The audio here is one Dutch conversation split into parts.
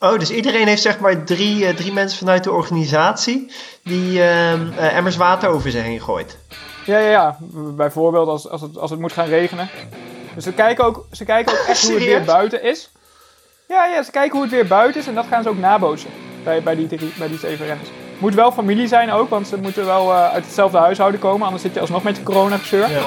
Oh, dus iedereen heeft zeg maar drie mensen vanuit de organisatie die emmers water over ze heen gooit. Ja. Bijvoorbeeld als het moet gaan regenen. Dus ze kijken ook echt hoe het weer buiten is. Ja, ze kijken hoe het weer buiten is en dat gaan ze ook nabootsen bij die 7 renners. Moet wel familie zijn ook, want ze moeten wel uit hetzelfde huishouden komen, anders zit je alsnog met je corona-gezeur. Ja.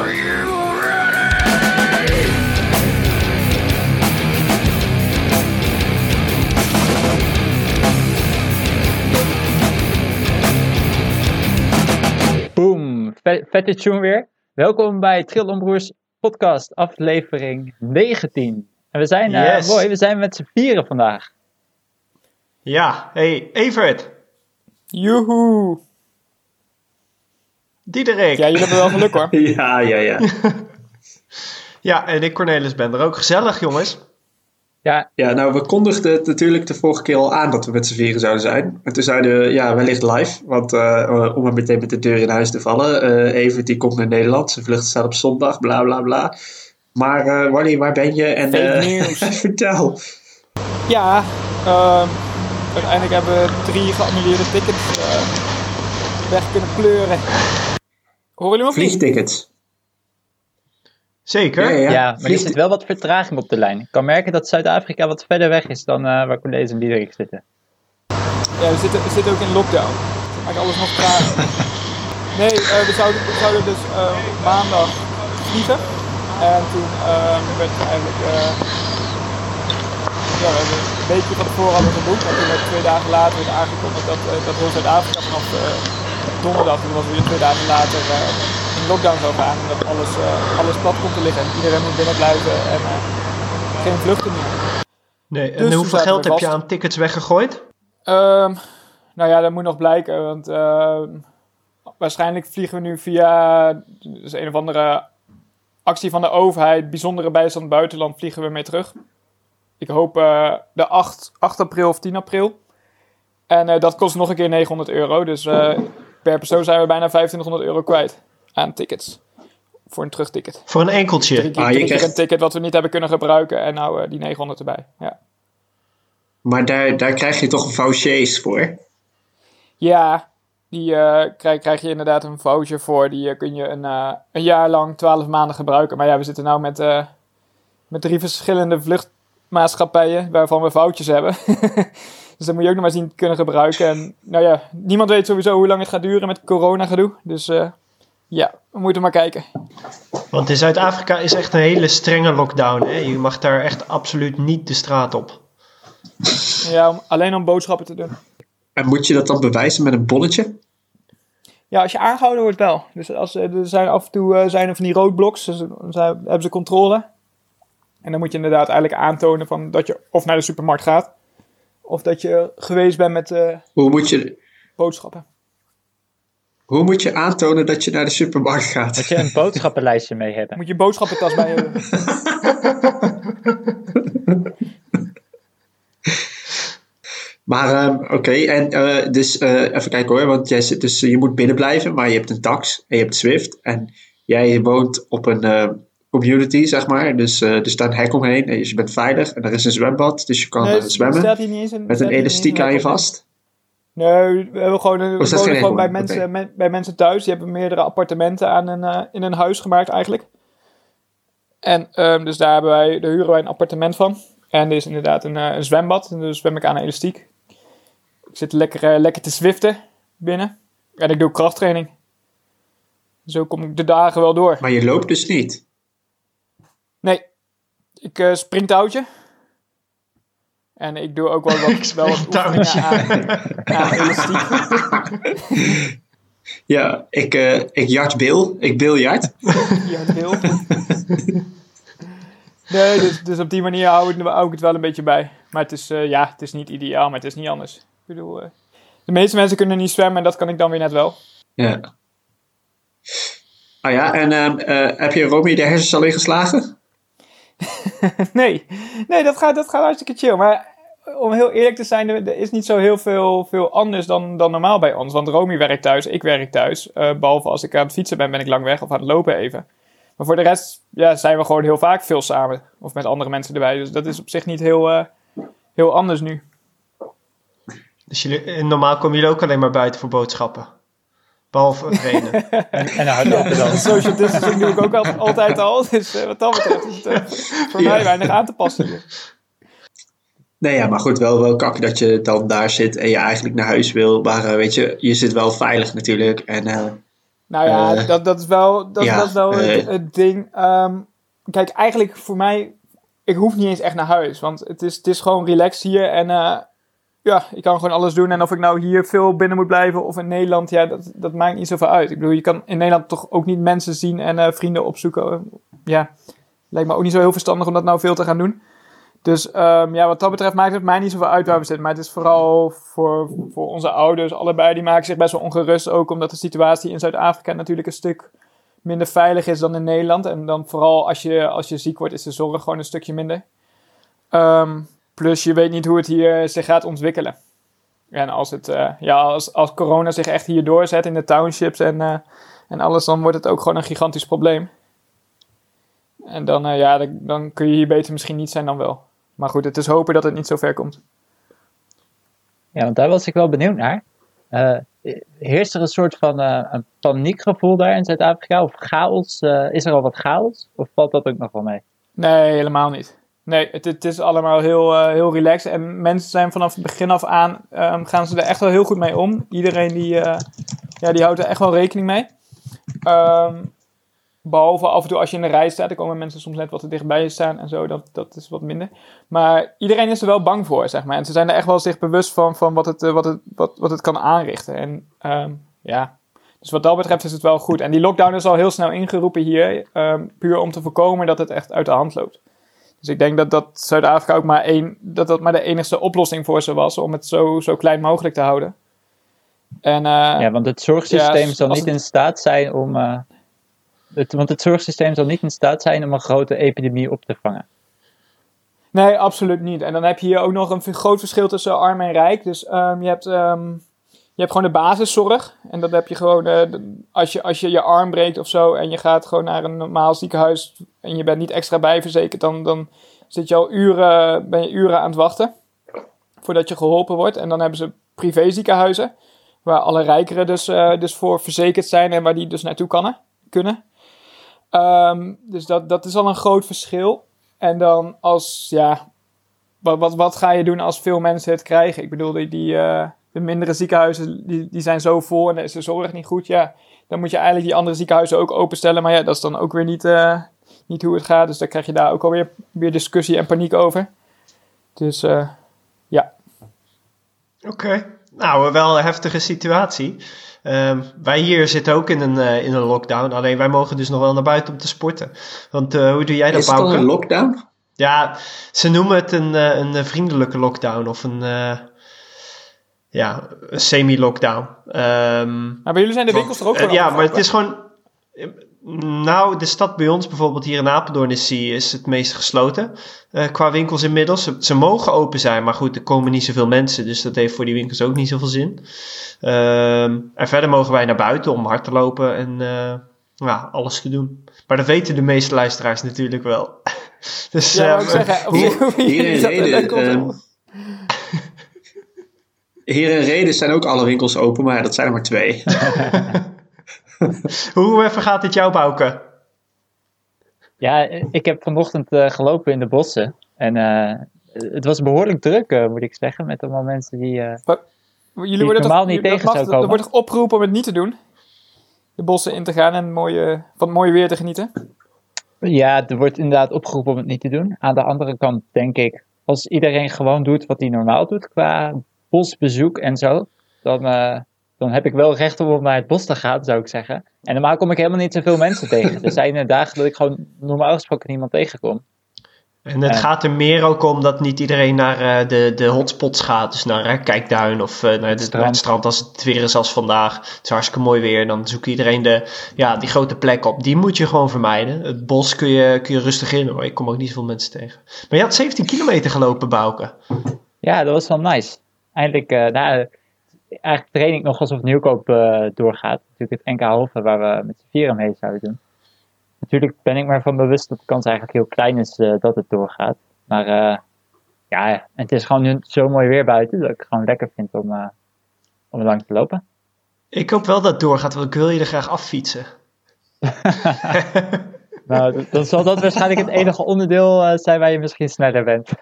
Boom, vette tune weer. Welkom bij Triathlon Broers podcast, aflevering 19. En we zijn met z'n vieren vandaag. Ja, hey, Evert. Joehoe. Diederik. Ja, jullie hebben wel geluk hoor. Ja. Ja, en ik Cornelis ben er ook. Gezellig jongens. Ja, nou we kondigden het natuurlijk de vorige keer al aan dat we met z'n vieren zouden zijn. En toen zeiden we, wellicht live. Want om er meteen met de deur in huis te vallen. Evert die komt naar Nederland. Zijn vlucht staat op zondag, bla bla bla. Maar Wally, waar ben je? En vertel. Ja, uiteindelijk hebben we 3 geannuleerde tickets weg kunnen pleuren. Horen jullie me? Vliegtickets. Zeker. Ja, maar er zit wel wat vertraging op de lijn. Ik kan merken dat Zuid-Afrika wat verder weg is dan waar Cornelis en Diederik zitten. Ja, we zitten ook in lockdown. Dat maakt alles nog trager. Nee, we zouden dus maandag vliegen. En toen werd het eigenlijk... we hebben een beetje van tevoren hadden geboekt. En toen werd 2 dagen later werd aangekondigd dat heel Zuid-Afrika vanaf donderdag, toen was weer 2 dagen later, in lockdown zou gaan. En dat alles plat komt te liggen. Iedereen moet binnen blijven en geen vluchten meer. Nee, en dus hoeveel geld heb je aan tickets weggegooid? Dat moet nog blijken. Want waarschijnlijk vliegen we nu via dus een of andere actie van de overheid, bijzondere bijstand buitenland, vliegen we mee terug. Ik hoop de 8 april of 10 april. En dat kost nog een keer €900. Dus per persoon zijn we bijna €2500 kwijt aan tickets. Voor een terugticket. Voor een enkeltje? 3 keer een ticket wat we niet hebben kunnen gebruiken. En nou die 900 erbij. Ja. Maar daar krijg je toch een vouchers voor? Ja, die krijg je inderdaad een voucher voor. Die kun je een jaar lang 12 maanden gebruiken. Maar ja, we zitten nou met 3 verschillende vluchtmaatschappijen waarvan we foutjes hebben. Dus dat moet je ook nog maar zien kunnen gebruiken. En nou ja, niemand weet sowieso hoe lang het gaat duren met corona gedoe. Dus we moeten maar kijken. Want in Zuid-Afrika is echt een hele strenge lockdown. Hè? Je mag daar echt absoluut niet de straat op. Ja, alleen om boodschappen te doen. En moet je dat dan bewijzen met een bonnetje? Ja, als je aangehouden wordt wel. Dus er zijn af en toe zijn er van die roodbloks. Dus hebben ze controle. En dan moet je inderdaad eigenlijk aantonen van dat je of naar de supermarkt gaat. Of dat je geweest bent met boodschappen. Hoe moet je aantonen dat je naar de supermarkt gaat? Moet je een boodschappenlijstje mee hebben? Moet je een boodschappentas bij hebben. Maar oké, en dus even kijken hoor, want jij zit dus, je moet binnen blijven, maar je hebt een tax en je hebt Zwift en jij woont op een community, zeg maar, dus er staat een hek omheen en je bent veilig en er is een zwembad, dus je kan zwemmen met een elastiek aan je vast. Nee, we hebben gewoon bij mensen thuis. Die hebben meerdere appartementen in een huis gemaakt eigenlijk. En dus daar huren wij een appartement van. En er is inderdaad een zwembad. En dus zwem ik aan een elastiek. Ik zit lekker te zwiften binnen. En ik doe krachttraining. Zo kom ik de dagen wel door. Maar je loopt dus niet? Nee. Ik springtouwtje. En ik doe ook wel wat oefeningen aan elastiek. Ja, ik jart bil. Ik biljart. Jart bil. Nee, dus op die manier hou ik het wel een beetje bij. Maar het is niet ideaal, maar het is niet anders. Ik bedoel, de meeste mensen kunnen niet zwemmen en dat kan ik dan weer net wel. Ja. Oh ja, en heb je Romy de hersens al ingeslagen? Nee, dat gaat hartstikke chill. Maar om heel eerlijk te zijn, er is niet zo heel veel anders dan normaal bij ons. Want Romy werkt thuis, ik werk thuis. Behalve als ik aan het fietsen ben ik lang weg of aan het lopen even. Maar voor de rest zijn we gewoon heel vaak veel samen. Of met andere mensen erbij. Dus dat is op zich niet heel heel anders nu. Dus normaal komen jullie ook alleen maar buiten voor boodschappen? Behalve trainen. en hardlopen dan. Social distancing doe ik ook altijd al. Dus wat dat betreft is het voor mij weinig aan te passen hier. Nee, ja, maar goed, wel kak dat je dan daar zit en je eigenlijk naar huis wil. Maar weet je zit wel veilig natuurlijk. En, nou ja, dat is wel, dat is wel het ding. Kijk, eigenlijk voor mij, ik hoef niet eens echt naar huis. Want het is gewoon relaxed hier en ik kan gewoon alles doen. En of ik nou hier veel binnen moet blijven of in Nederland, ja, dat maakt niet zoveel uit. Ik bedoel, je kan in Nederland toch ook niet mensen zien en vrienden opzoeken. Ja, lijkt me ook niet zo heel verstandig om dat nou veel te gaan doen. Dus wat dat betreft maakt het mij niet zoveel uit waar we zitten. Maar het is vooral voor onze ouders, allebei, die maken zich best wel ongerust. Ook omdat de situatie in Zuid-Afrika natuurlijk een stuk minder veilig is dan in Nederland. En dan vooral als je ziek wordt, is de zorg gewoon een stukje minder. Plus je weet niet hoe het hier zich gaat ontwikkelen. En als corona zich echt hier doorzet in de townships en alles, dan wordt het ook gewoon een gigantisch probleem. En dan kun je hier beter misschien niet zijn dan wel. Maar goed, het is hopen dat het niet zo ver komt. Ja, want daar was ik wel benieuwd naar. Heerst er een soort van een paniekgevoel daar in Zuid-Afrika? Of chaos? Is er al wat chaos? Of valt dat ook nog wel mee? Nee, helemaal niet. Nee, het is allemaal heel relaxed. En mensen zijn vanaf het begin af aan, gaan ze er echt wel heel goed mee om. Iedereen die houdt er echt wel rekening mee. Behalve af en toe als je in de rij staat, dan komen mensen soms net wat te dichtbij je staan en zo, dat is wat minder. Maar iedereen is er wel bang voor, zeg maar. En ze zijn er echt wel zich bewust van wat het kan aanrichten. En dus wat dat betreft is het wel goed. En die lockdown is al heel snel ingeroepen hier, puur om te voorkomen dat het echt uit de hand loopt. Dus ik denk dat Zuid-Afrika ook maar de enigste oplossing voor ze was, om het zo klein mogelijk te houden. En, want het zorgsysteem zal niet in staat zijn om... Want het zorgsysteem zal niet in staat zijn om een grote epidemie op te vangen. Nee, absoluut niet. En dan heb je hier ook nog een groot verschil tussen arm en rijk. Dus je hebt gewoon de basiszorg. En dat heb je gewoon, als je je arm breekt of zo en je gaat gewoon naar een normaal ziekenhuis en je bent niet extra bijverzekerd, dan ben je uren aan het wachten voordat je geholpen wordt. En dan hebben ze privéziekenhuizen, waar alle rijkeren dus voor verzekerd zijn en waar die dus naartoe kunnen. Dus dat is al een groot verschil. En dan wat ga je doen als veel mensen het krijgen? Ik bedoel, de mindere ziekenhuizen, die zijn zo vol en is de zorg niet goed. Ja, dan moet je eigenlijk die andere ziekenhuizen ook openstellen. Maar ja, dat is dan ook weer niet hoe het gaat. Dus dan krijg je daar ook alweer weer discussie en paniek over. Dus ja. Oké. Nou, wel een heftige situatie. Wij hier zitten ook in een lockdown. Alleen wij mogen dus nog wel naar buiten om te sporten. Want hoe doe jij dat, Bouke? Is het al een lockdown? Ja, ze noemen het een vriendelijke lockdown. Of een semi-lockdown. Maar bij jullie zijn de winkels er ook wel maar het is gewoon... Nou, de stad bij ons bijvoorbeeld hier in Apeldoorn is het meest gesloten qua winkels inmiddels. Ze mogen open zijn, maar goed, er komen niet zoveel mensen. Dus dat heeft voor die winkels ook niet zoveel zin. En verder mogen wij naar buiten om hard te lopen en alles te doen. Maar dat weten de meeste luisteraars natuurlijk wel. Dus, hier in Rheden zijn ook alle winkels open, maar dat zijn er maar 2. Hoe vergaat het jou, Bouke? Ja, ik heb vanochtend gelopen in de bossen. En het was behoorlijk druk, moet ik zeggen. Met allemaal mensen die jullie worden normaal niet tegen zou komen. Er wordt toch opgeroepen om het niet te doen? De bossen in te gaan en van het mooie weer te genieten? Ja, er wordt inderdaad opgeroepen om het niet te doen. Aan de andere kant denk ik, als iedereen gewoon doet wat hij normaal doet qua bosbezoek en zo, dan heb ik wel recht om naar het bos te gaan, zou ik zeggen. En normaal kom ik helemaal niet zoveel mensen tegen. Er zijn dagen dat ik gewoon normaal gesproken niemand tegenkom. En het gaat er meer ook om dat niet iedereen naar de hotspots gaat. Dus naar Kijkduin of naar het strand als het weer is als vandaag. Het is hartstikke mooi weer. Dan zoekt iedereen die grote plek op. Die moet je gewoon vermijden. Het bos kun je rustig in hoor. Ik kom ook niet zoveel mensen tegen. Maar je had 17 kilometer gelopen, Bouke. Ja, dat was wel nice. Eigenlijk train ik nog alsof Nieuwkoop doorgaat. Natuurlijk het NK halve waar we met z'n vieren mee zouden doen. Natuurlijk ben ik me ervan bewust dat de kans eigenlijk heel klein is dat het doorgaat. Maar Ja, en het is gewoon nu zo mooi weer buiten dat ik het gewoon lekker vind om lang te lopen. Ik hoop wel dat het doorgaat, want ik wil je er graag affietsen. Nou, dan zal dat waarschijnlijk het enige onderdeel zijn waar je misschien sneller bent.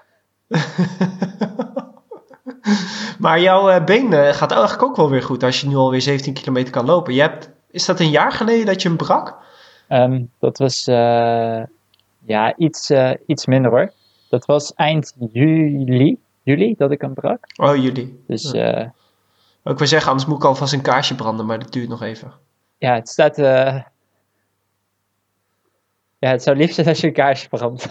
Maar jouw been gaat eigenlijk ook wel weer goed als je nu alweer 17 kilometer kan lopen. Is dat een jaar geleden dat je hem brak? Dat was iets minder hoor. Dat was eind juli dat ik hem brak. Oh, juli. Dus ik wil zeggen, anders moet ik alvast een kaarsje branden, maar dat duurt nog even. ja, het staat... ja, het zou liefst zijn als je een kaarsje brandt.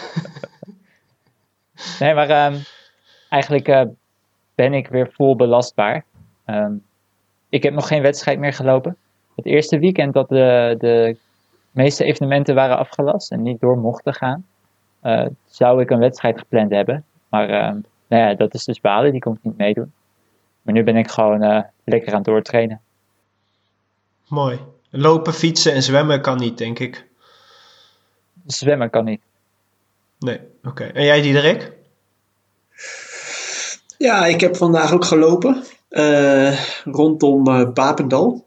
Nee, maar eigenlijk ben ik weer vol belastbaar. Ik heb nog geen wedstrijd meer gelopen. Het eerste weekend dat de meeste evenementen waren afgelast en niet door mochten gaan, zou ik een wedstrijd gepland hebben. Maar nou ja, dat is dus balen, die kon ik niet meedoen. Maar nu ben ik gewoon lekker aan het doortrainen. Mooi. Lopen, fietsen en zwemmen kan niet, denk ik. Zwemmen kan niet. Nee, oké. En jij, Diederik? Ja, ik heb vandaag ook gelopen. Rondom Papendal.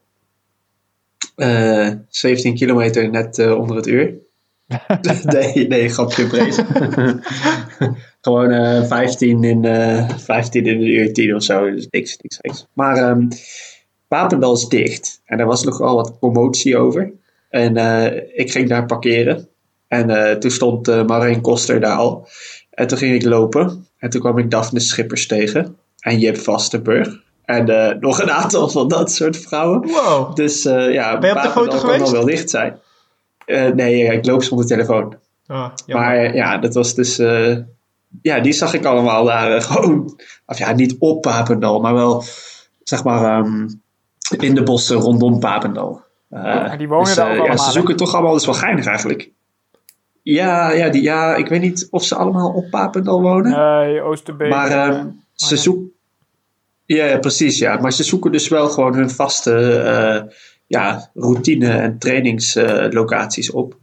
17 kilometer net onder het uur. nee, grapje breed. Gewoon 15 in een uur 10 of zo. Dus niks. Maar Papendal is dicht. En er was nogal wat commotie over. En ik ging daar parkeren. En toen stond Marijn Koster daar al. En toen ging ik lopen. En toen kwam ik Daphne Schippers tegen. En Jip Vastenburg. En nog een aantal van dat soort vrouwen. Wow. Dus Ben je op de foto geweest? Kan wel licht zijn. Nee, ik loop zonder telefoon. Maar ja, dat was dus... die zag ik allemaal daar gewoon... Of ja, niet op Papendal, maar wel... Zeg maar in de bossen rondom Papendal. Die wonen daar ook allemaal. Ze zoeken toch allemaal... Dat is wel geinig eigenlijk. Ja, ik weet niet of ze allemaal op Papendal wonen. Nee, Oosterbeek. Maar ze zoeken... Ja, precies, ja. Maar ze zoeken dus wel gewoon hun vaste routine en trainingslocaties op.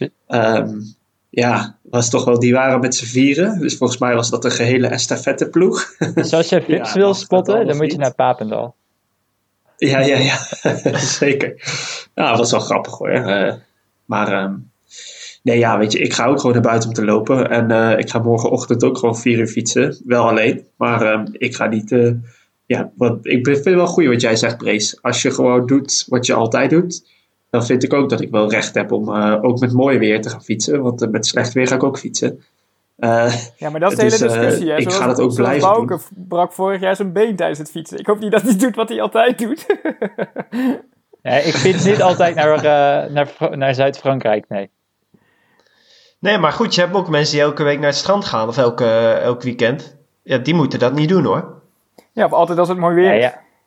Was toch wel, die waren met z'n vieren. Dus volgens mij was dat een gehele estafetteploeg. Dus als je Vips wil spotten, dan moet je naar Papendal. Ja, zeker. Nou, dat was wel grappig hoor. Weet je, ik ga ook gewoon naar buiten om te lopen. En ik ga morgenochtend ook gewoon 4 uur fietsen. Wel alleen, maar ik ga niet... ik vind het wel goed wat jij zegt, Brees. Als je gewoon doet wat je altijd doet, dan vind ik ook dat ik wel recht heb om ook met mooi weer te gaan fietsen. Want met slecht weer ga ik ook fietsen. Ja, maar dat is de hele discussie. Hè? Ik ga dat ook blijven doen. Bouke brak vorig jaar zijn been tijdens het fietsen. Ik hoop niet dat hij doet wat hij altijd doet. Ja, ik fiets niet altijd naar Zuid-Frankrijk, nee. Nee, maar goed, je hebt ook mensen die elke week naar het strand gaan. Of elk weekend. Ja, die moeten dat niet doen hoor. Ja, of altijd als het mooi weer is.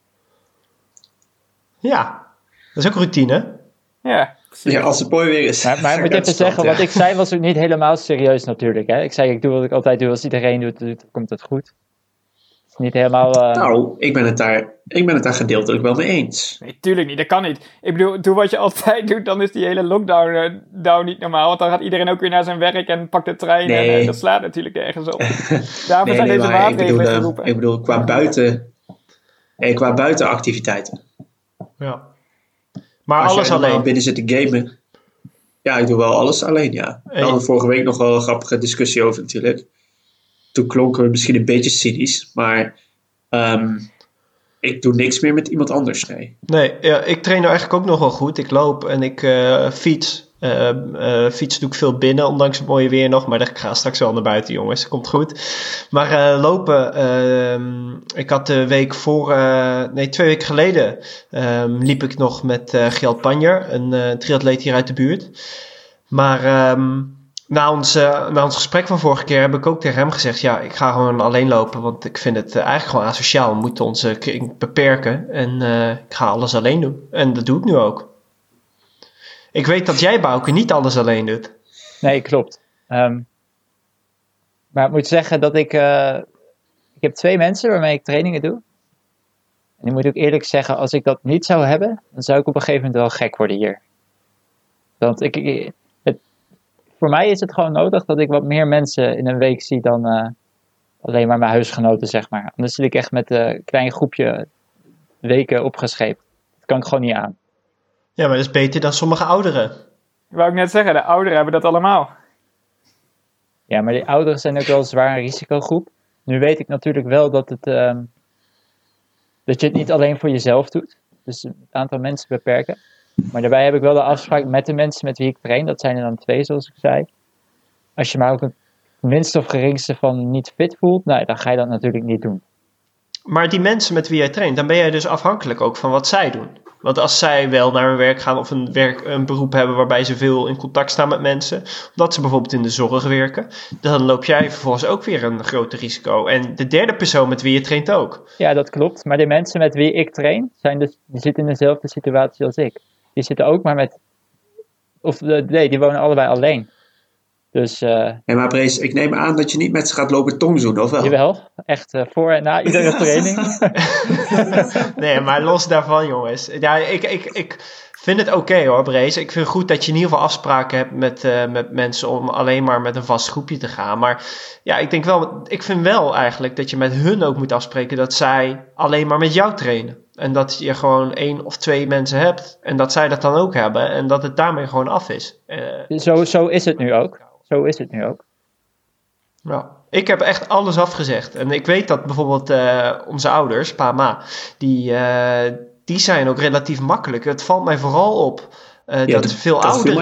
Ja, dat is ook routine. Ja, precies. Ja, als het mooi weer is. Maar ik moet even zeggen, wat ik zei was ook niet helemaal serieus natuurlijk. Hè? Ik zei, ik doe wat ik altijd doe. Als iedereen doet, dan komt het goed. Het is niet helemaal... Nou, ik ben het daar gedeeltelijk wel mee eens. Nee, tuurlijk niet. Dat kan niet. Ik bedoel, doe wat je altijd doet, dan is die hele lockdown niet normaal. Want dan gaat iedereen ook weer naar zijn werk en pakt de trein. Nee. En dat slaat natuurlijk ergens op. Daarvoor zijn deze maatregelen geroepen. Ik bedoel, qua buitenactiviteiten. Ja. Maar als alles je alleen? binnen zit te gamen. Ja, ik doe wel alles alleen, ja. We hadden vorige week nog wel een grappige discussie over natuurlijk. Toen klonken we misschien een beetje cynisch, maar ik doe niks meer met iemand anders, nee. Nee, ja, ik train nou eigenlijk ook nog wel goed. Ik loop en ik fiets. Fietsen doe ik veel binnen, ondanks het mooie weer nog. Maar ik ga straks wel naar buiten, jongens. Komt goed. Maar lopen, ik had de week 2 weken geleden liep ik nog met Gjeld Panjer, een triatleet hier uit de buurt. Maar na ons gesprek van vorige keer heb ik ook tegen hem gezegd, ja, ik ga gewoon alleen lopen, want ik vind het eigenlijk gewoon asociaal. We moeten onze kring beperken en ik ga alles alleen doen. En dat doe ik nu ook. Ik weet dat jij, Bouke, niet alles alleen doet. Nee, klopt. Maar ik moet zeggen dat ik heb 2 mensen waarmee ik trainingen doe. En ik moet ook eerlijk zeggen, als ik dat niet zou hebben, dan zou ik op een gegeven moment wel gek worden hier. Want voor mij is het gewoon nodig dat ik wat meer mensen in een week zie alleen maar mijn huisgenoten, zeg maar. Anders zit ik echt met een klein groepje weken opgescheept. Dat kan ik gewoon niet aan. Ja, maar dat is beter dan sommige ouderen. Wou ik net zeggen, de ouderen hebben dat allemaal. Ja, maar die ouderen zijn ook wel zwaar een risicogroep. Nu weet ik natuurlijk wel dat dat je het niet alleen voor jezelf doet. Dus het aantal mensen beperken. Maar daarbij heb ik wel de afspraak met de mensen met wie ik train. Dat zijn er dan 2, zoals ik zei. Als je maar ook het minste of geringste van niet fit voelt, nou, dan ga je dat natuurlijk niet doen. Maar die mensen met wie jij traint, dan ben jij dus afhankelijk ook van wat zij doen. Want als zij wel naar hun werk gaan of een beroep hebben waarbij ze veel in contact staan met mensen, omdat ze bijvoorbeeld in de zorg werken, dan loop jij vervolgens ook weer een groter risico. En de derde persoon met wie je traint ook. Ja, dat klopt. Maar de mensen met wie ik train, die zitten in dezelfde situatie als ik. Die zitten ook maar die wonen allebei alleen. Dus, Nee, maar Brace, ik neem aan dat je niet met ze gaat lopen tongzoenen, of wel? Jawel, echt voor en na iedere training. Nee, maar los daarvan, jongens. Ja, ik vind het oké hoor, Brace. Ik vind het goed dat je in ieder geval afspraken hebt met mensen om alleen maar met een vast groepje te gaan. Maar ja, ik vind wel eigenlijk dat je met hun ook moet afspreken dat zij alleen maar met jou trainen. En dat je gewoon 1 of 2 mensen hebt en dat zij dat dan ook hebben en dat het daarmee gewoon af is. Zo is het nu ook. Zo is het nu ook. Ja, ik heb echt alles afgezegd. En ik weet dat bijvoorbeeld onze ouders, pa en ma, die zijn ook relatief makkelijk. Het valt mij vooral op dat veel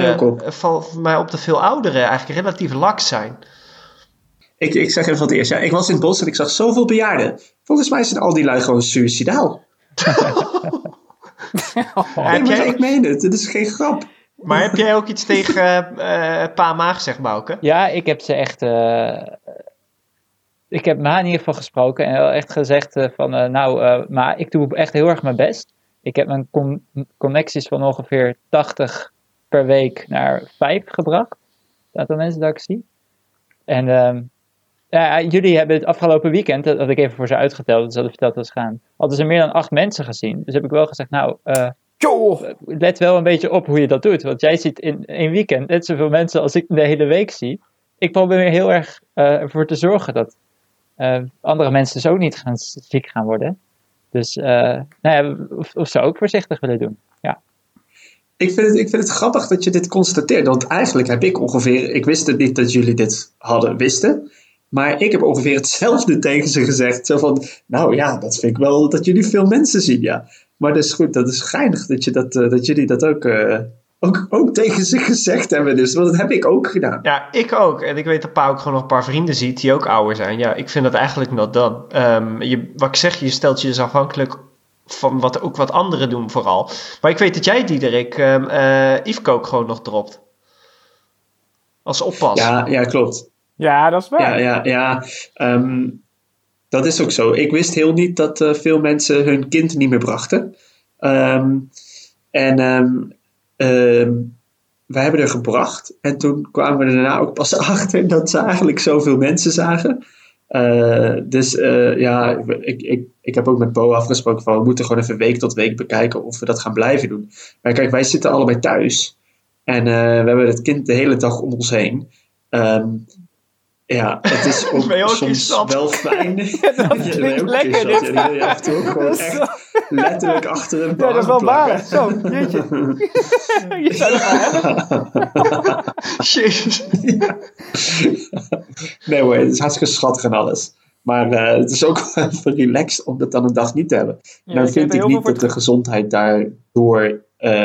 ouderen eigenlijk relatief laks zijn. Ik zeg even wat eerst. Ja, ik was in het bos en ik zag zoveel bejaarden. Volgens mij zijn al die lui gewoon suicidaal. Nee, maar ik meen het. Het is geen grap. Maar heb jij ook iets tegen pa en ma gezegd, Bouke? Ja, ik heb ze echt... ik heb ma in ieder geval gesproken en wel echt gezegd maar ik doe echt heel erg mijn best. Ik heb mijn connecties van ongeveer 80 per week naar 5 gebracht. Het aantal mensen dat ik zie. En jullie hebben het afgelopen weekend, dat had ik even voor ze uitgeteld, dus hadden verteld dat ze gaan. Hadden ze meer dan 8 mensen gezien. Dus heb ik wel gezegd, let wel een beetje op hoe je dat doet. Want jij ziet in 1 weekend net zoveel mensen als ik de hele week zie. Ik probeer heel erg ervoor te zorgen dat andere mensen dus ook niet ziek gaan worden. Dus of ze ook voorzichtig willen doen. Ja. Ik vind het grappig dat je dit constateert. Want eigenlijk heb ik ongeveer... Ik wist het niet dat jullie dit wisten. Maar ik heb ongeveer hetzelfde tegen ze gezegd. Zo van, nou ja, dat vind ik wel dat jullie veel mensen zien, ja. Maar dat is goed, dat is geinig dat jullie dat ook tegen ze gezegd hebben. Dus, want dat heb ik ook gedaan. Ja, ik ook. En ik weet dat pa ook gewoon nog een paar vrienden ziet die ook ouder zijn. Ja, ik vind dat eigenlijk not done. Wat ik zeg, je stelt je dus afhankelijk van wat anderen doen vooral. Maar ik weet dat jij, Diederik, Yveco ook gewoon nog dropt. Als oppas. Ja, klopt. Ja, dat is waar. Ja. Dat is ook zo. Ik wist heel niet dat veel mensen hun kind niet meer brachten. Wij hebben er gebracht. En toen kwamen we daarna ook pas achter dat ze eigenlijk zoveel mensen zagen. Ik heb ook met Bo afgesproken van we moeten gewoon even week tot week bekijken of we dat gaan blijven doen. Maar kijk, wij zitten allebei thuis. En we hebben het kind de hele dag om ons heen. Ja, het is ook soms wel fijn. Dat klinkt lekker. Je af en toe gewoon echt letterlijk achter een bank. Ja, dat is wel waar. Zo, jeetje. Je zou het maar hebben. Jezus. Ja. Nee hoor, het is hartstikke schattig en alles. Maar het is ook even relaxed om dat dan een dag niet te hebben. Ja, nou vind ik niet dat de gezondheid daardoor...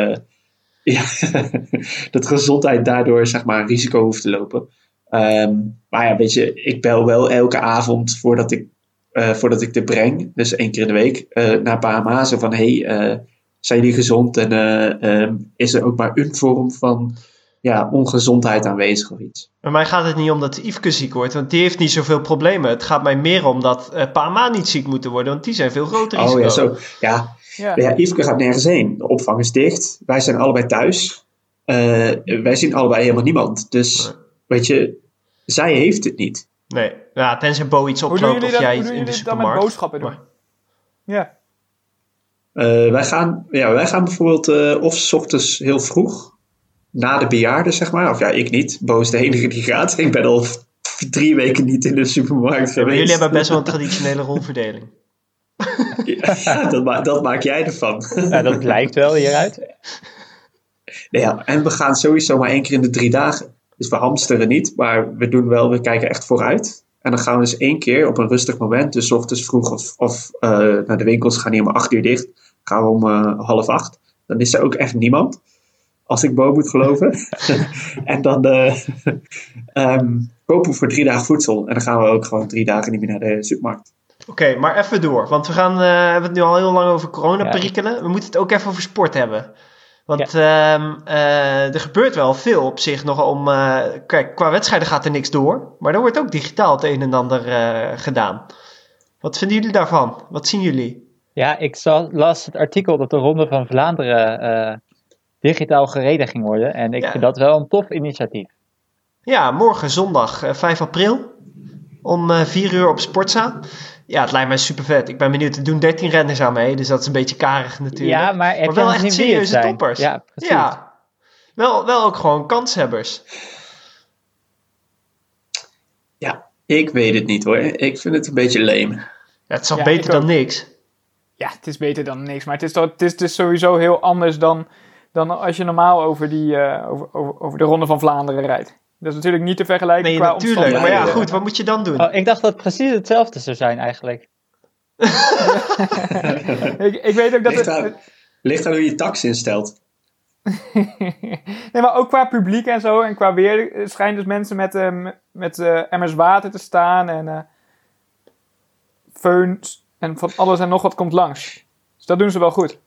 dat gezondheid daardoor zeg maar een risico hoeft te lopen. Maar ja, weet je, ik bel wel elke avond voordat ik er breng, dus 1 keer in de week, naar pa en ma. Zo van, zijn jullie gezond? En is er ook maar een vorm van ongezondheid aanwezig of iets? Bij mij gaat het niet om dat Yveske ziek wordt, want die heeft niet zoveel problemen. Het gaat mij meer om dat pa en ma niet ziek moeten worden, want die zijn veel groter risico. Oh ja, zo. Ja, Yveske gaat nergens heen. De opvang is dicht. Wij zijn allebei thuis. Wij zien allebei helemaal niemand. Dus, weet je, zij heeft het niet. Nee, ja, tenzij Bo iets oploopt of jij in de supermarkt. Dan met boodschappen doen? Ja. Wij gaan bijvoorbeeld of 's ochtends heel vroeg, na de bejaarden, zeg maar. Of ja, ik niet. Bo is de enige die gaat. Ik ben al 3 weken niet in de supermarkt Ja, maar geweest. jullie hebben best wel een traditionele rolverdeling. Ja, dat maak jij ervan. Ja, dat blijkt wel hieruit. Ja, en we gaan sowieso maar 1 keer in de 3 dagen. Dus we hamsteren niet, maar we kijken echt vooruit. En dan gaan we dus 1 keer op een rustig moment, dus 's ochtends vroeg of naar de winkels gaan die om 8 uur dicht. Gaan we om 7:30. Dan is er ook echt niemand. Als ik Bo moet geloven. En dan kopen we voor 3 dagen voedsel. En dan gaan we ook gewoon 3 dagen niet meer naar de supermarkt. Oké, maar even door. Want we hebben het nu al heel lang over coronaperikelen. We moeten het ook even over sport hebben. Want er gebeurt wel veel op zich nog om... kijk, qua wedstrijden gaat er niks door. Maar er wordt ook digitaal het een en ander gedaan. Wat vinden jullie daarvan? Wat zien jullie? Ja, ik las het artikel dat de Ronde van Vlaanderen digitaal gereden ging worden. En ik vind dat wel een tof initiatief. Ja, morgen zondag 5 april om 4 uur op Sportza. Ja, het lijkt mij super vet. Ik ben benieuwd. Er doen 13 renners aan mee, dus dat is een beetje karig natuurlijk. Ja, maar wel echt serieuze toppers. Ja, precies. Ja, wel ook gewoon kanshebbers. Ja, ik weet het niet hoor. Ik vind het een beetje lame. Ja, het is al beter dan niks. Ja, het is beter dan niks. Maar het is dus sowieso heel anders dan als je normaal over de Ronde van Vlaanderen rijdt. Dat is natuurlijk niet te vergelijken qua natuurlijk. Maar ja, goed, wat moet je dan doen? Oh, ik dacht dat het precies hetzelfde zou zijn eigenlijk. ik weet ook dat ligt aan hoe je tax instelt. Nee, maar ook qua publiek en zo en qua weer schijnen dus mensen met emmers water te staan en feuns en van alles en nog wat komt langs. Dus dat doen ze wel goed.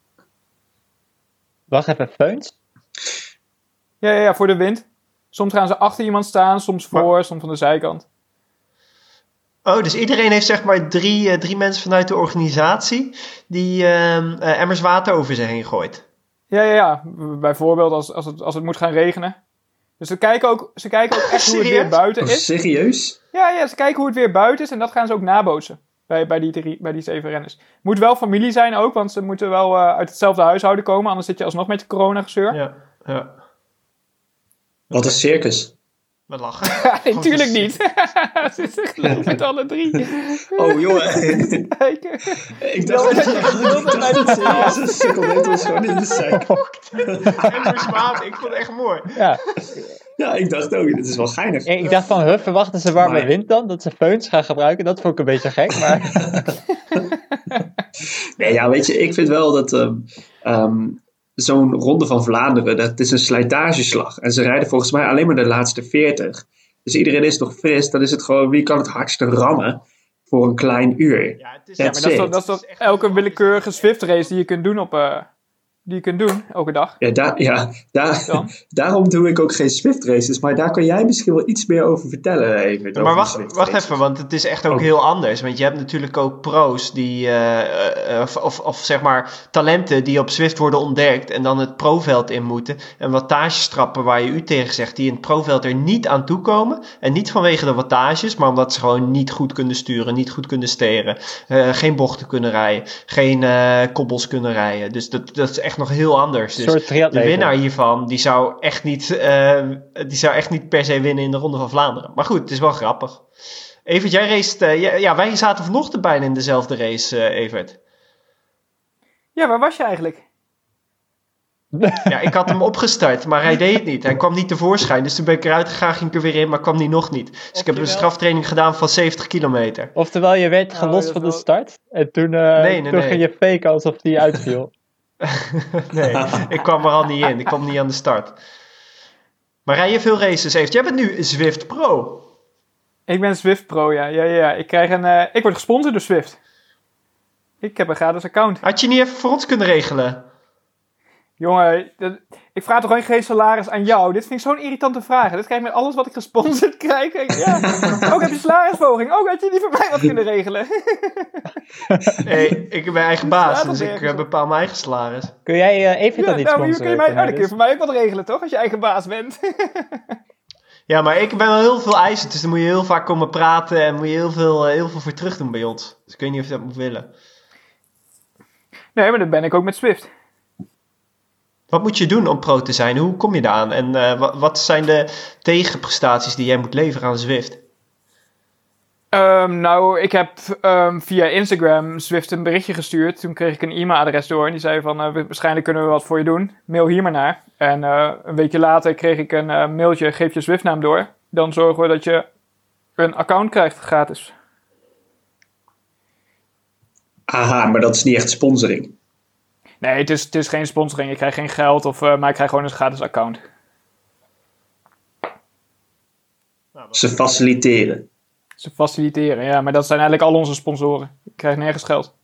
Wacht even, feuns? Ja, voor de wind. Soms gaan ze achter iemand staan, soms voor, soms van de zijkant. Oh, dus iedereen heeft zeg maar drie mensen vanuit de organisatie die emmers water over zich heen gooit. Ja. Bijvoorbeeld als het moet gaan regenen. Dus ze kijken ook echt hoe het weer buiten is. Serieus? Ja, ze kijken hoe het weer buiten is en dat gaan ze ook nabootsen. Bij die 7 renners. Moet wel familie zijn ook, want ze moeten wel uit hetzelfde huishouden komen. Anders zit je alsnog met de corona-gezeur. Ja. Wat een circus. Met lachen. Nee, natuurlijk niet. Ze zitten geloof met alle 3. Oh, jongen. Ik dacht dat het serieus een seconde was gewoon in de zak. Ik vond het echt mooi. Ja, ik dacht ook, dit is wel geinig. Ik dacht van, verwachten ze warme wind dan? Dat ze feuns gaan gebruiken? Dat vond ik een beetje gek, maar... Nee, ja, weet je, ik vind wel dat zo'n Ronde van Vlaanderen, dat is een slijtageslag. En ze rijden volgens mij alleen maar de laatste 40. Dus iedereen is nog fris. Dan is het gewoon, wie kan het hardste rammen voor een klein uur? Ja, het is, maar dat is toch elke willekeurige Swift race die je kunt doen die je kunt doen, elke dag. Daarom doe ik ook geen Swift races. Maar daar kan jij misschien wel iets meer over vertellen, Evert. Maar wacht even, want het is echt ook heel anders. Want je hebt natuurlijk ook pro's die, of zeg maar talenten die op Swift worden ontdekt en dan het proveld in moeten. En wattages trappen waar je u tegen zegt, die in het proveld er niet aan toekomen. En niet vanwege de wattages, maar omdat ze gewoon niet goed kunnen sturen, niet goed kunnen steren. Geen bochten kunnen rijden, geen kobbels kunnen rijden. Dus dat is echt nog heel anders. Dus de winnaar hiervan, die zou echt niet per se winnen in de Ronde van Vlaanderen. Maar goed, het is wel grappig. Evert, jij raced... wij zaten vanochtend bijna in dezelfde race, Evert. Ja, waar was je eigenlijk? Ja, ik had hem opgestart, maar hij deed het niet. Hij kwam niet tevoorschijn, dus toen ben ik eruit gegaan, ging ik er weer in, maar kwam hij nog niet. Dus ik heb een straftraining gedaan van 70 kilometer. Oftewel, je werd gelost van de start en toen ging je faken alsof die uitviel. Nee, ik kwam er al niet in. Ik kwam niet aan de start. Maar rij je veel races, Evert? Jij bent nu Zwift Pro. Ik ben Zwift Pro, ja. Ik word gesponsord door Zwift. Ik heb een gratis account. Had je niet even voor ons kunnen regelen? Jongen, ik vraag toch geen salaris aan jou? Dit vind ik zo'n irritante vraag. Dit krijg ik met alles wat ik gesponsord krijg. Ook heb je salarisverhoging. Ook had je niet voor mij wat kunnen regelen. Nee, ik ben eigen baas, dus ik bepaal mijn eigen salaris. Kun jij even dan iets sponsoren? Dan kun je voor mij ook wat regelen, toch? Als je eigen baas bent. Ja, maar ik ben wel heel veel eisen, dus dan moet je heel vaak komen praten en moet je heel veel voor terug doen bij ons. Dus ik weet niet of je dat moet willen. Nee, maar dat ben ik ook met Zwift. Wat moet je doen om pro te zijn? Hoe kom je daar aan? En wat zijn de tegenprestaties die jij moet leveren aan Zwift? Nou, ik heb via Instagram Zwift een berichtje gestuurd. Toen kreeg ik een e-mailadres door en die zei van... waarschijnlijk kunnen we wat voor je doen. Mail hier maar naar. En een weekje later kreeg ik een mailtje... geef je Zwift-naam door. Dan zorgen we dat je een account krijgt gratis. Aha, maar dat is niet echt sponsoring. Nee, het is geen sponsoring. Ik krijg geen geld, maar ik krijg gewoon een gratis account. Ze faciliteren. Ze faciliteren, ja. Maar dat zijn eigenlijk al onze sponsoren. Ik krijg nergens geld.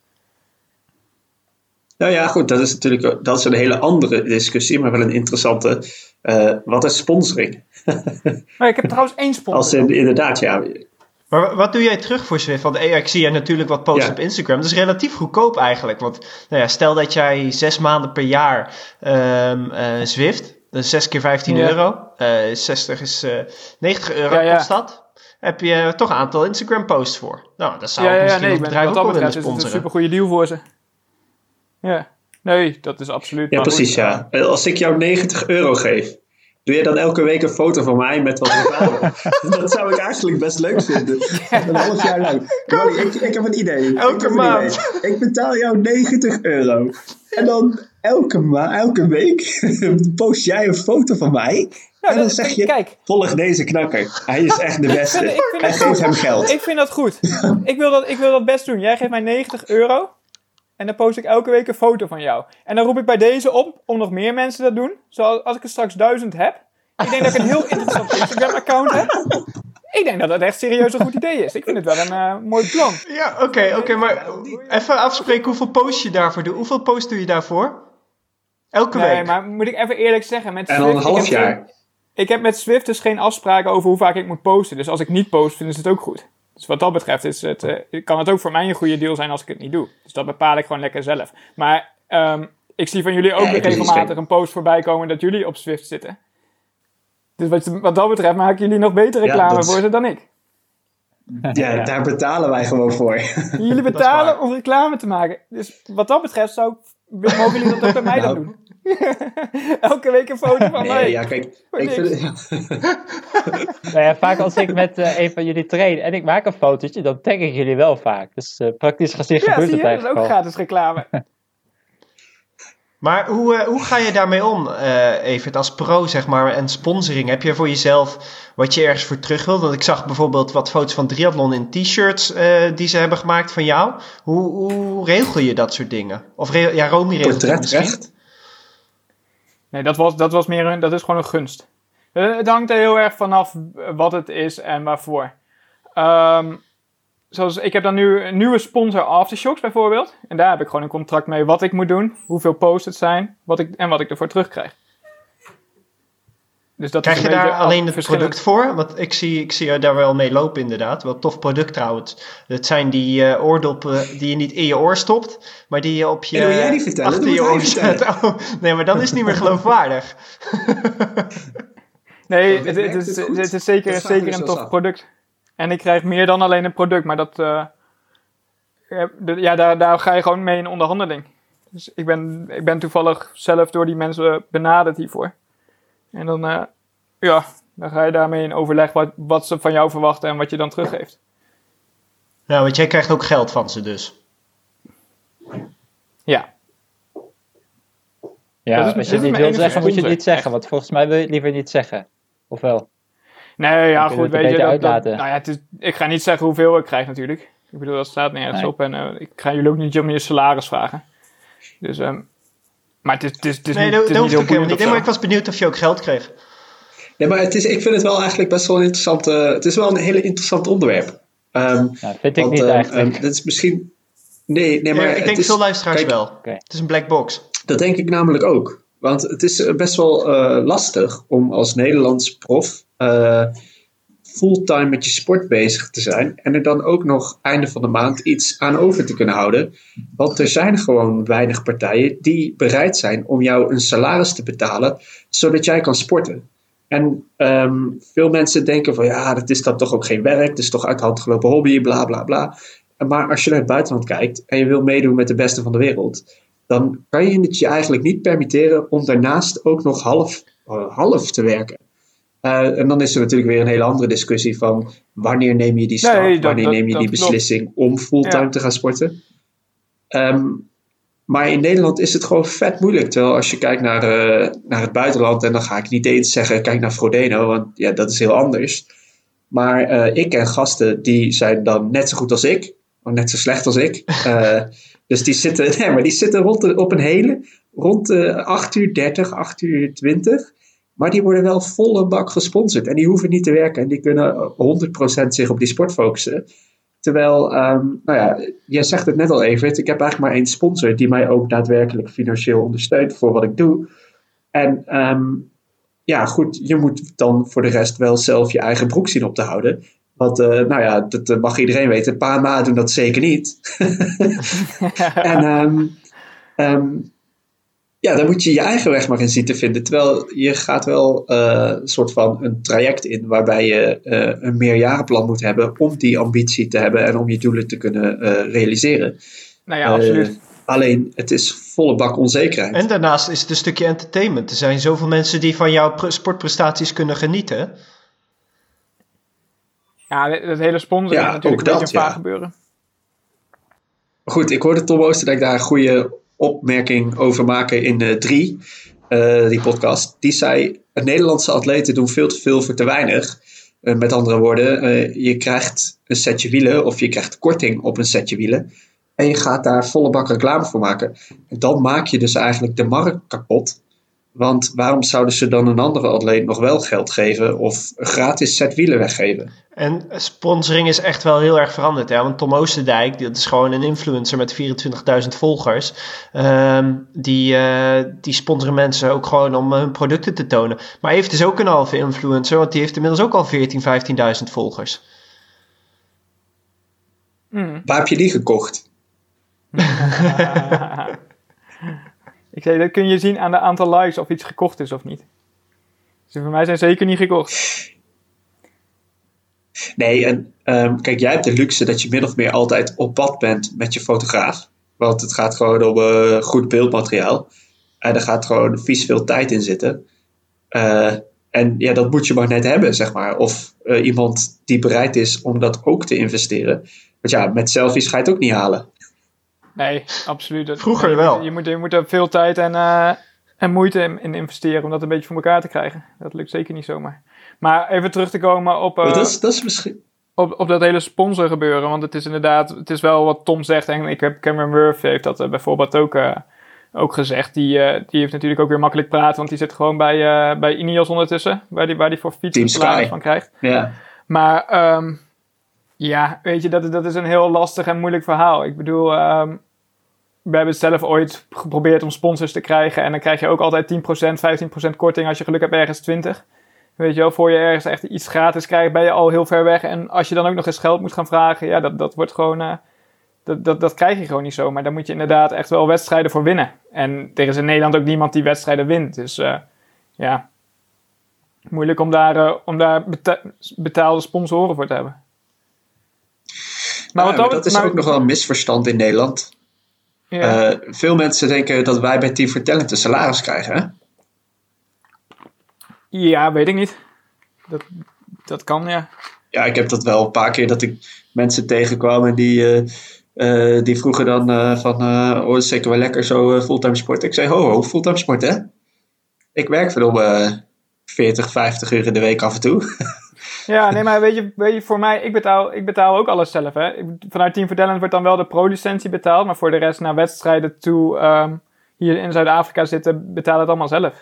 Nou ja, goed, dat is natuurlijk dat is een hele andere discussie, maar wel een interessante. Wat is sponsoring? Maar ik heb trouwens 1 sponsor. Inderdaad, ja. Maar wat doe jij terug voor Zwift? Want ik zie jij natuurlijk wat posten op Instagram. Dat is relatief goedkoop eigenlijk. Want stel dat jij 6 maanden per jaar Zwift. Dus 6 keer 15 euro. 60 is 90 euro kost dat. Heb je toch een aantal Instagram posts voor. Nou, dat zou misschien een bedrijf ook wel willen sponsoren. Het is een supergoeie deal voor ze. Ja, nee, dat is absoluut... Ja, precies, ja. Als ik jou 90 euro geef, doe je dan elke week een foto van mij met wat reclame? Dat zou ik eigenlijk best leuk vinden. Een half jaar lang. Wally, ik heb een idee. Elke maand. Ik betaal jou 90 euro. En dan elke week post jij een foto van mij. En dan zeg je, kijk, volg deze knakker. Hij is echt de beste. En geef hem geld. Ik vind dat goed. Ik wil dat best doen. Jij geeft mij 90 euro. En dan post ik elke week een foto van jou. En dan roep ik bij deze op om nog meer mensen dat doen. Zoals als ik er straks 1000 heb. Ik denk dat ik een heel interessant Instagram-account heb. Ik denk dat dat echt serieus een goed idee is. Ik vind het wel een mooi plan. Ja, oké, maar even afspreken hoeveel posts je daarvoor doet. Hoeveel posts doe je daarvoor? Elke week? Nee, maar moet ik even eerlijk zeggen. Met en dan een half jaar. Ik heb met Zwift dus geen afspraken over hoe vaak ik moet posten. Dus als ik niet post, vinden ze het ook goed. Dus wat dat betreft kan het ook voor mij een goede deal zijn als ik het niet doe. Dus dat bepaal ik gewoon lekker zelf. Maar ik zie van jullie ook regelmatig een post voorbij komen dat jullie op Zwift zitten. Dus wat dat betreft maken jullie nog beter reclame voor ze dan ik. Ja, daar betalen wij gewoon voor. Jullie betalen om reclame te maken. Dus wat dat betreft mogen jullie dat ook bij mij dan doen. Elke week een foto van mij. Ja, kijk. Ik vind vaak als ik met een van jullie train en ik maak een fotootje, dan tag ik jullie wel vaak. Dus praktisch gezien gebeurt het eigenlijk dat is ook gratis reclame. Maar hoe ga je daarmee om, Evert, als pro, zeg maar, en sponsoring? Heb je voor jezelf wat je ergens voor terug wilt? Want ik zag bijvoorbeeld wat foto's van Triathlon in t-shirts die ze hebben gemaakt van jou. Hoe regel je dat soort dingen? Of Romy regelt het misschien? Nee, dat was meer dat is gewoon een gunst. Het hangt er heel erg vanaf wat het is en waarvoor. Zoals ik heb dan nu een nieuwe sponsor, Aftershocks bijvoorbeeld. En daar heb ik gewoon een contract mee wat ik moet doen, hoeveel posts het zijn wat ik ervoor terugkrijg. Dus dat krijg je daar alleen het product voor? Want ik zie je daar wel mee lopen inderdaad. Wel tof product trouwens. Het zijn die oordoppen die je niet in je oor stopt, maar die je op je wil jij die vertellen? achter je oor zet. Oh, nee, maar dan is het niet meer geloofwaardig. Nee, het is zeker een tof product. En ik krijg meer dan alleen een product, maar daar ga je gewoon mee in onderhandeling. Dus ik ben toevallig zelf door die mensen benaderd hiervoor. En dan ga je daarmee in overleg wat ze van jou verwachten en wat je dan teruggeeft. Nou, want jij krijgt ook geld van ze dus. Ja. Ja, als je het niet wil zeggen, moet je het niet zeggen. Want volgens mij wil je het liever niet zeggen. Of wel? Nee, ja, goed, weet je. Ik ga niet zeggen hoeveel ik krijg natuurlijk. Ik bedoel, dat staat nergens op. En ik ga jullie ook niet om je salaris vragen. Dus, maar het is nee, dat hoeft ook helemaal niet. Nee, maar ik was benieuwd of je ook geld kreeg. Nee, maar ik vind het wel eigenlijk best wel een interessant... het is wel een hele interessant onderwerp. Vind ik niet eigenlijk. Dat is misschien... Nee, maar... ik denk veel luisteraars wel. Okay. Het is een black box. Dat denk ik namelijk ook. Want het is best wel lastig om als Nederlands prof fulltime met je sport bezig te zijn. En er dan ook nog einde van de maand iets aan over te kunnen houden. Want er zijn gewoon weinig partijen die bereid zijn om jou een salaris te betalen, zodat jij kan sporten. En veel mensen denken van ja, dat is dan toch ook geen werk. Het is toch uit de hand gelopen hobby, bla bla bla. Maar als je naar het buitenland kijkt en je wil meedoen met de beste van de wereld, dan kan je het je eigenlijk niet permitteren om daarnaast ook nog half te werken. En dan is er natuurlijk weer een hele andere discussie van wanneer neem je die stap, wanneer neem je die beslissing om fulltime te gaan sporten. Maar in Nederland is het gewoon vet moeilijk. Terwijl als je kijkt naar het buitenland, en dan ga ik niet eens zeggen, kijk naar Frodeno, want ja, dat is heel anders. Maar ik ken gasten die zijn dan net zo goed als ik, of net zo slecht als ik. Dus die zitten op een hele, rond 8:30, 8:20. Maar die worden wel volle bak gesponsord. En die hoeven niet te werken. En die kunnen 100% zich op die sport focussen. Terwijl, jij zegt het net al even. Ik heb eigenlijk maar één sponsor die mij ook daadwerkelijk financieel ondersteunt voor wat ik doe. En goed, je moet dan voor de rest wel zelf je eigen broek zien op te houden. Want, dat mag iedereen weten. Pa en ma doen dat zeker niet. Dan moet je je eigen weg maar in zien te vinden. Terwijl je gaat wel een soort van een traject in waarbij je een meerjarenplan moet hebben om die ambitie te hebben en om je doelen te kunnen realiseren. Nou ja, absoluut. Alleen, het is volle bak onzekerheid. En daarnaast is het een stukje entertainment. Er zijn zoveel mensen die van jouw sportprestaties kunnen genieten. Ja, het hele sponsoring is natuurlijk een beetje vaag gebeuren. Goed, ik hoorde Tom Oosterdijk daar een goede opmerking over maken in 3, die podcast. Die zei, Nederlandse atleten doen veel te veel voor te weinig. Met andere woorden, je krijgt een setje wielen of je krijgt korting op een setje wielen. En je gaat daar volle bak reclame voor maken. En dan maak je dus eigenlijk de markt kapot. Want waarom zouden ze dan een andere atleet nog wel geld geven of een gratis set wielen weggeven? En sponsoring is echt wel heel erg veranderd. Hè? Want Tom Oosterdijk, dat is gewoon een influencer met 24.000 volgers. Die sponsoren mensen ook gewoon om hun producten te tonen. Maar hij heeft dus ook een halve influencer, want die heeft inmiddels ook al 15.000 volgers. Waar heb je die gekocht? Ik zei, dat kun je zien aan de aantal likes of iets gekocht is of niet. Dus voor mij zijn zeker niet gekocht. Nee, en kijk, jij hebt de luxe dat je min of meer altijd op pad bent met je fotograaf. Want het gaat gewoon om goed beeldmateriaal. En er gaat gewoon vies veel tijd in zitten. En ja, dat moet je maar net hebben, zeg maar. Of iemand die bereid is om dat ook te investeren. Want ja, met selfies ga je het ook niet halen. Nee, absoluut. Vroeger wel. Je moet er veel tijd en moeite in investeren om dat een beetje voor elkaar te krijgen. Dat lukt zeker niet zomaar. Maar even terug te komen op, dat is misschien... op dat hele sponsor gebeuren. Want het is inderdaad, het is wel wat Tom zegt. En Cameron Murphy heeft dat bijvoorbeeld ook gezegd. Die heeft natuurlijk ook weer makkelijk praten. Want die zit gewoon bij Ineos ondertussen. Waar die voor fietsen salaris van krijgt. Ja. Maar weet je, dat is een heel lastig en moeilijk verhaal. Ik bedoel... we hebben het zelf ooit geprobeerd om sponsors te krijgen. En dan krijg je ook altijd 10%, 15% korting. Als je geluk hebt ergens 20%. Weet je wel, voor je ergens echt iets gratis krijgt, ben je al heel ver weg. En als je dan ook nog eens geld moet gaan vragen, ja, dat wordt gewoon... Dat krijg je gewoon niet zo. Maar daar moet je inderdaad echt wel wedstrijden voor winnen. En er is in Nederland ook niemand die wedstrijden wint. Dus moeilijk om daar betaalde sponsoren voor te hebben. Maar dat is ook nog wel een misverstand in Nederland. Ja. Veel mensen denken dat wij bij Team for Talent een salaris krijgen, hè? Ja, weet ik niet. Dat kan, ja. Ja, ik heb dat wel een paar keer dat ik mensen tegenkwam en die vroegen dan dat is zeker wel lekker zo fulltime sport. Ik zei, ho, fulltime sport, hè? Ik werk voor om 40, 50 uur in de week af en toe. Ja, nee, maar weet je, voor mij, ik betaal ook alles zelf, hè. Vanuit Team for Talent wordt dan wel de pro-licentie betaald, maar voor de rest naar wedstrijden toe hier in Zuid-Afrika zitten, betaal het allemaal zelf.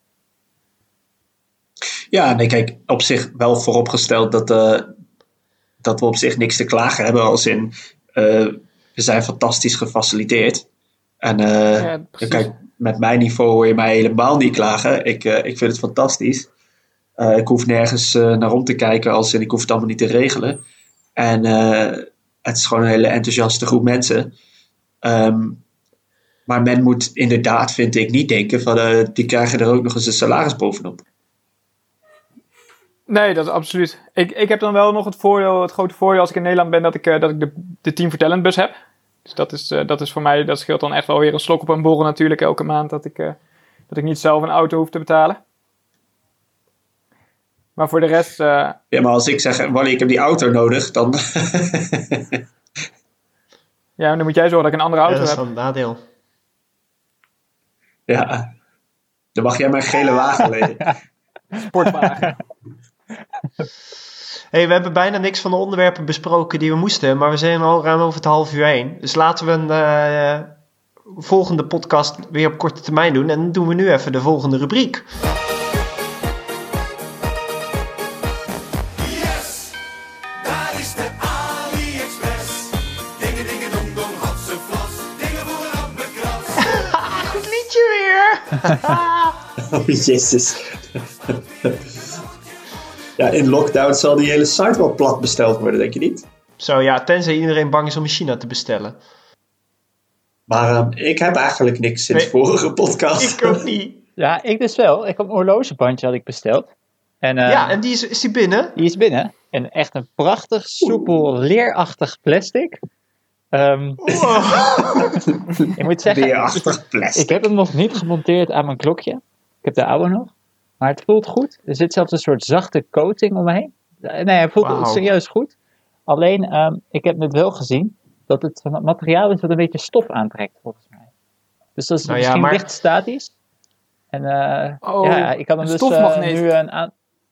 Ja, nee, kijk, op zich wel vooropgesteld dat we op zich niks te klagen hebben, als in, we zijn fantastisch gefaciliteerd. En kijk, met mijn niveau hoor je mij helemaal niet klagen. Ik vind het fantastisch. Ik hoef nergens naar om te kijken als in ik hoef het allemaal niet te regelen. En het is gewoon een hele enthousiaste groep mensen. Maar men moet inderdaad, vind ik, niet denken van die krijgen er ook nog eens een salaris bovenop. Nee, dat is absoluut. Ik heb dan wel nog het grote voordeel als ik in Nederland ben dat ik de Team for Talent bus heb. Dus dat is voor mij, dat scheelt dan echt wel weer een slok op een borrel natuurlijk elke maand dat ik niet zelf een auto hoef te betalen. Maar voor de rest... Ja, maar als ik zeg, Wally, ik heb die auto nodig, dan... Ja, dan moet jij zorgen dat ik een andere Ja, auto dat is heb. wel een nadeel. Ja, dan mag jij mijn gele wagen lenen. Sportwagen. Hey, we hebben bijna niks van de onderwerpen besproken die we moesten, maar we zijn al ruim over het half uur heen. Dus laten we een volgende podcast weer op korte termijn doen. En dan doen we nu even de volgende rubriek. Yes, daar is de AliExpress. Dingen, dingen, dong, dong, hotse vlas. Dingen voor een amberkrats. Goed liedje weer! Oh, jezus. Ja, in lockdown zal die hele site wel plat besteld worden, denk je niet? Zo ja, tenzij iedereen bang is om in China te bestellen. Maar ik heb eigenlijk niks sinds Nee. vorige podcast. Ik ook niet. Ja, ik dus wel. Ik had een horlogebandje had ik besteld. En, Ja, en is die binnen? die is binnen. En echt een prachtig, soepel, leerachtig plastic. Wow. Ik moet zeggen, Weerachtig plastic. ik heb hem nog niet gemonteerd aan mijn klokje. Ik heb de oude nog. Maar het voelt goed. Er zit zelfs een soort zachte coating omheen. Nee, hij voelt Wauw. serieus goed. Alleen, ik heb net wel gezien dat het van het materiaal is wat een beetje stof aantrekt, volgens mij. Dus dat is Nou ja, misschien maar- licht statisch. En Oh, ja, ik kan hem een dus stofmagneet. nu een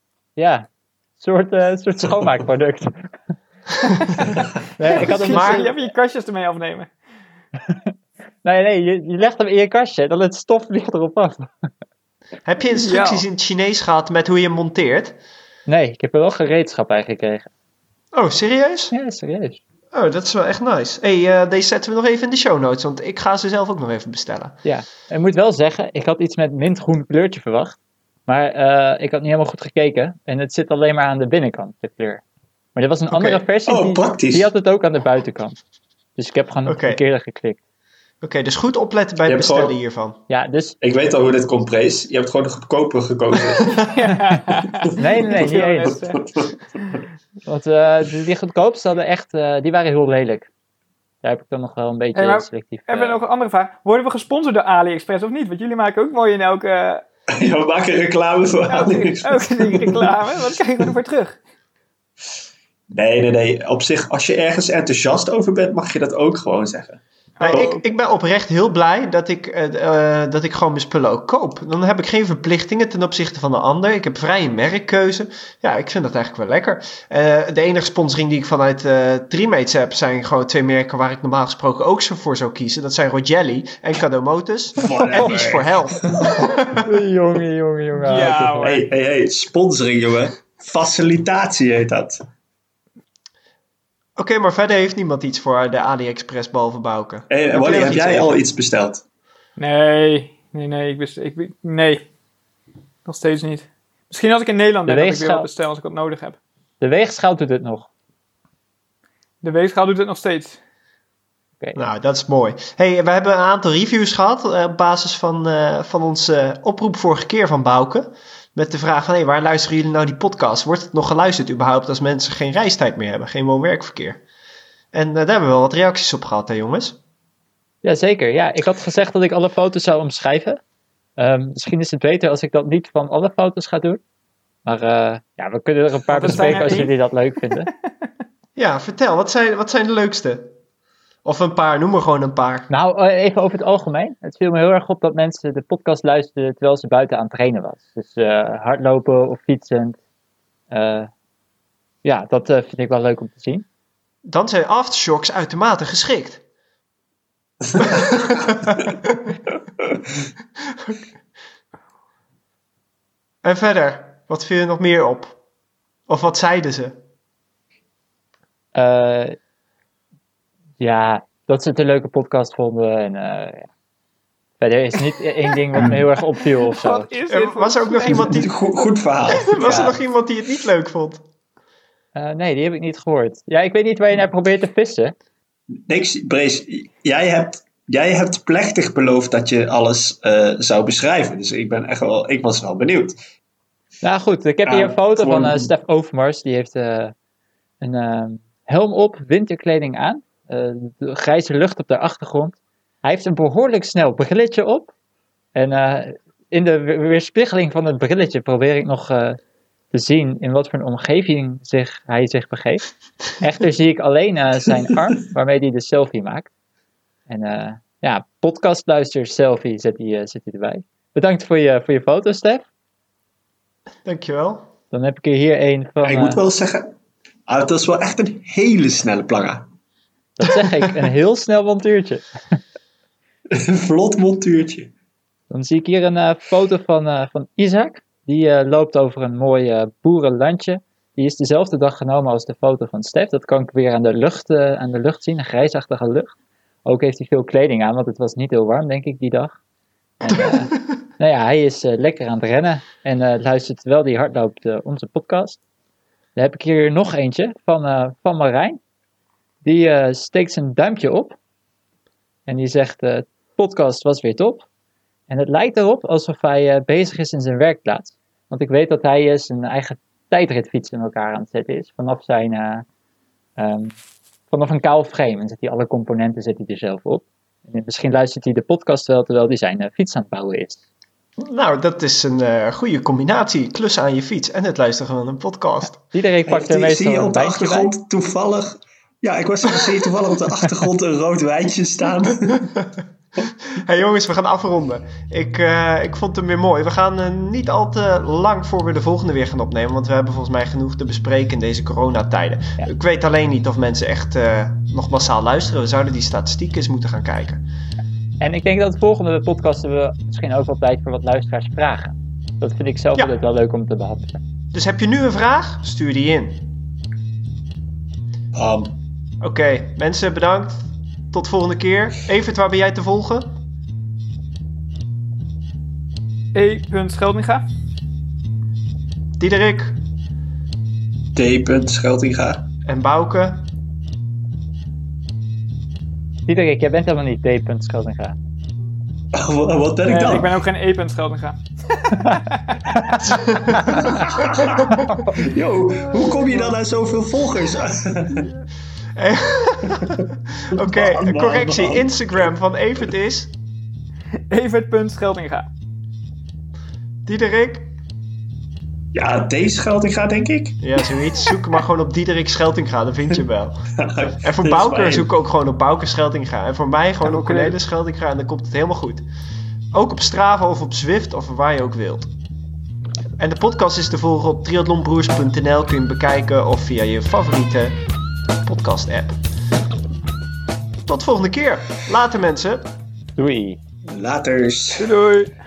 soort schoonmaakproduct. Nee, ik had hem dus- Maar je hebt je kastjes ermee afnemen. nee, je legt hem in je kastje, dan het stof ligt erop af. Heb je instructies Ja. in het Chinees gehad met hoe je hem monteert? Nee, ik heb er wel gereedschap bij gekregen. Oh, serieus? Ja, serieus. Oh, dat is wel echt nice. Hey, deze zetten we nog even in de show notes, want ik ga ze zelf ook nog even bestellen. Ja, ik moet wel zeggen, ik had iets met mintgroen kleurtje verwacht. Maar ik had niet helemaal goed gekeken. En het zit alleen maar aan de binnenkant, de kleur. Maar er was een andere versie, Oh, praktisch. die had het ook aan de buitenkant. Dus ik heb gewoon op Oké. het verkeerde geklikt. Oké, dus goed opletten bij Je het hebt bestellen gewoon- hiervan. Ja, dus Ik weet al hoe dit komt, Prees. Je hebt gewoon de goedkoper gekozen. nee, niet Veel eens. mensen. Want die goedkoopste hadden echt, die waren heel lelijk. Daar heb ik dan nog wel een beetje Hey, maar selectief. Even nog een andere vraag. Worden we gesponsord door AliExpress of niet? Want jullie maken ook mooi in elke... Ja, we maken reclame voor AliExpress. elke ding reclame. Wat krijg je ervoor terug? Nee. Op zich, als je ergens enthousiast over bent, mag je dat ook gewoon zeggen. Maar Oh. ik ben oprecht heel blij dat ik gewoon mijn spullen ook koop. Dan heb ik geen verplichtingen ten opzichte van de ander. Ik heb vrije merkkeuze. Ja, ik vind dat eigenlijk wel lekker. De enige sponsoring die ik vanuit Trimates heb, zijn gewoon 2 merken waar ik normaal gesproken ook zo voor zou kiezen. Dat zijn Rogelli en Cadomotus. En Vies for Health. jongen. Ja, hoor. Hey, sponsoring, jongen. Facilitatie heet dat. Oké, maar verder heeft niemand iets voor de AliExpress behalve Bouke. Hey, Heb Wally, je nog heb iets jij over? al iets besteld? Nee. Nee. Nog steeds niet. Misschien als ik in Nederland ben, De dat ik weer wat weegschaal. bestel als ik wat nodig heb. De weegschaal doet het nog. De weegschaal doet het nog steeds. Nou, dat is mooi. Hey, we hebben een aantal reviews gehad op basis van onze oproep vorige keer van Bouke. Met de vraag van, hey, waar luisteren jullie nou die podcast? Wordt het nog geluisterd überhaupt als mensen geen reistijd meer hebben? Geen woon-werkverkeer? En daar hebben we wel wat reacties op gehad, hè jongens? Jazeker, ja. Ik had gezegd dat ik alle foto's zou omschrijven. Misschien is het beter als ik dat niet van alle foto's ga doen. Maar ja, we kunnen er een paar Want er zijn bespreken er als één. jullie dat leuk vinden. Ja, vertel, wat zijn de leukste? Of een paar, noem er gewoon een paar. Nou, even over het algemeen. Het viel me heel erg op dat mensen de podcast luisterden terwijl ze buiten aan het trainen was. Dus hardlopen of fietsend. Ja, dat vind ik wel leuk om te zien. Dan zijn aftershocks uitermate geschikt. En verder, wat viel je nog meer op? Of wat zeiden ze? Ja, dat ze het een leuke podcast vonden. En ja. Verder is niet één ding wat me heel erg opviel of zo. Wat is dit? voor Was er ook nog slecht? iemand die, Goed verhaal. was er Ja. nog iemand die het niet leuk vond? Nee, die heb ik niet gehoord. Ja, ik weet niet waar je naar probeert te vissen. Niks, Brace, jij hebt plechtig beloofd dat je alles zou beschrijven. Dus ik was wel benieuwd. Nou goed, ik heb hier Ja, een foto gewoon- van Stef Overmars. Die heeft een helm op, winterkleding aan. De grijze lucht op de achtergrond. Hij heeft een behoorlijk snel brilletje op. En in de weerspiegeling van het brilletje probeer ik nog te zien in wat voor een omgeving hij zich begeeft. Echter zie ik alleen zijn arm waarmee hij de selfie maakt. En podcastluister selfie zet hij erbij. Bedankt voor je foto, Stef. Dankjewel. Dan heb ik er hier een van... Ik moet wel zeggen, het was wel echt een hele snelle planga. Dat zeg ik, een heel snel montuurtje. Een vlot montuurtje. Dan zie ik hier een foto van Isaac. Die loopt over een mooi boerenlandje. Die is dezelfde dag genomen als de foto van Stef. Dat kan ik weer aan de lucht zien, een grijsachtige lucht. Ook heeft hij veel kleding aan, want het was niet heel warm, denk ik, die dag. En, hij is lekker aan het rennen en luistert terwijl hij hard loopt onze podcast. Dan heb ik hier nog eentje van Marijn. Die steekt zijn duimpje op. En die zegt, de podcast was weer top. En het lijkt erop alsof hij bezig is in zijn werkplaats. Want ik weet dat hij zijn eigen tijdritfiets in elkaar aan het zetten is. Vanaf een kaal frame. En zet hij alle componenten er zelf op. En misschien luistert hij de podcast wel terwijl hij zijn fiets aan het bouwen is. Nou, dat is een goede combinatie. Klussen aan je fiets en het luisteren van een podcast. Iedereen pakt er meestal zie je een op de wijntje bij. achtergrond toevallig... Ja, ik was zeggen, zie je toevallig op de achtergrond een rood wijntje staan. Hey jongens, we gaan afronden. Ik vond hem weer mooi. We gaan niet al te lang voor we de volgende weer gaan opnemen. Want we hebben volgens mij genoeg te bespreken in deze coronatijden. Ja. Ik weet alleen niet of mensen echt nog massaal luisteren. We zouden die statistieken eens moeten gaan kijken. En ik denk dat de volgende podcast we misschien ook wel tijd voor wat luisteraars vragen. Dat vind ik zelf altijd wel leuk om te behandelen. Dus heb je nu een vraag? Stuur die in. Oké, mensen bedankt. Tot de volgende keer. Evert, waar ben jij te volgen? E.Scheldinga. Diederik. D.Scheldinga. En Bouke. Diederik, jij bent helemaal niet D.Scheldinga. Wat ben ik dan? Ik ben ook geen E.Scheldinga. Yo, hoe kom je dan aan zoveel volgers? Oké, een correctie. Man. Instagram van Evert is... Evert.Scheldinga. Diederik. Ja, D.Scheldinga, denk ik. Ja, zoiets. Zoek maar gewoon op Diederik Scheldinga, dan vind je wel. En voor Dit is Bouke fijn. zoek ook gewoon op Bouke Scheldinga. En voor mij gewoon op Cornelis Scheldinga en dan komt het helemaal goed. Ook op Strava of op Zwift of waar je ook wilt. En de podcast is te volgen op triathlonbroers.nl. Kun je hem bekijken of via je favoriete podcast app. Tot de volgende keer. Later mensen. Doei. Laters. Doei.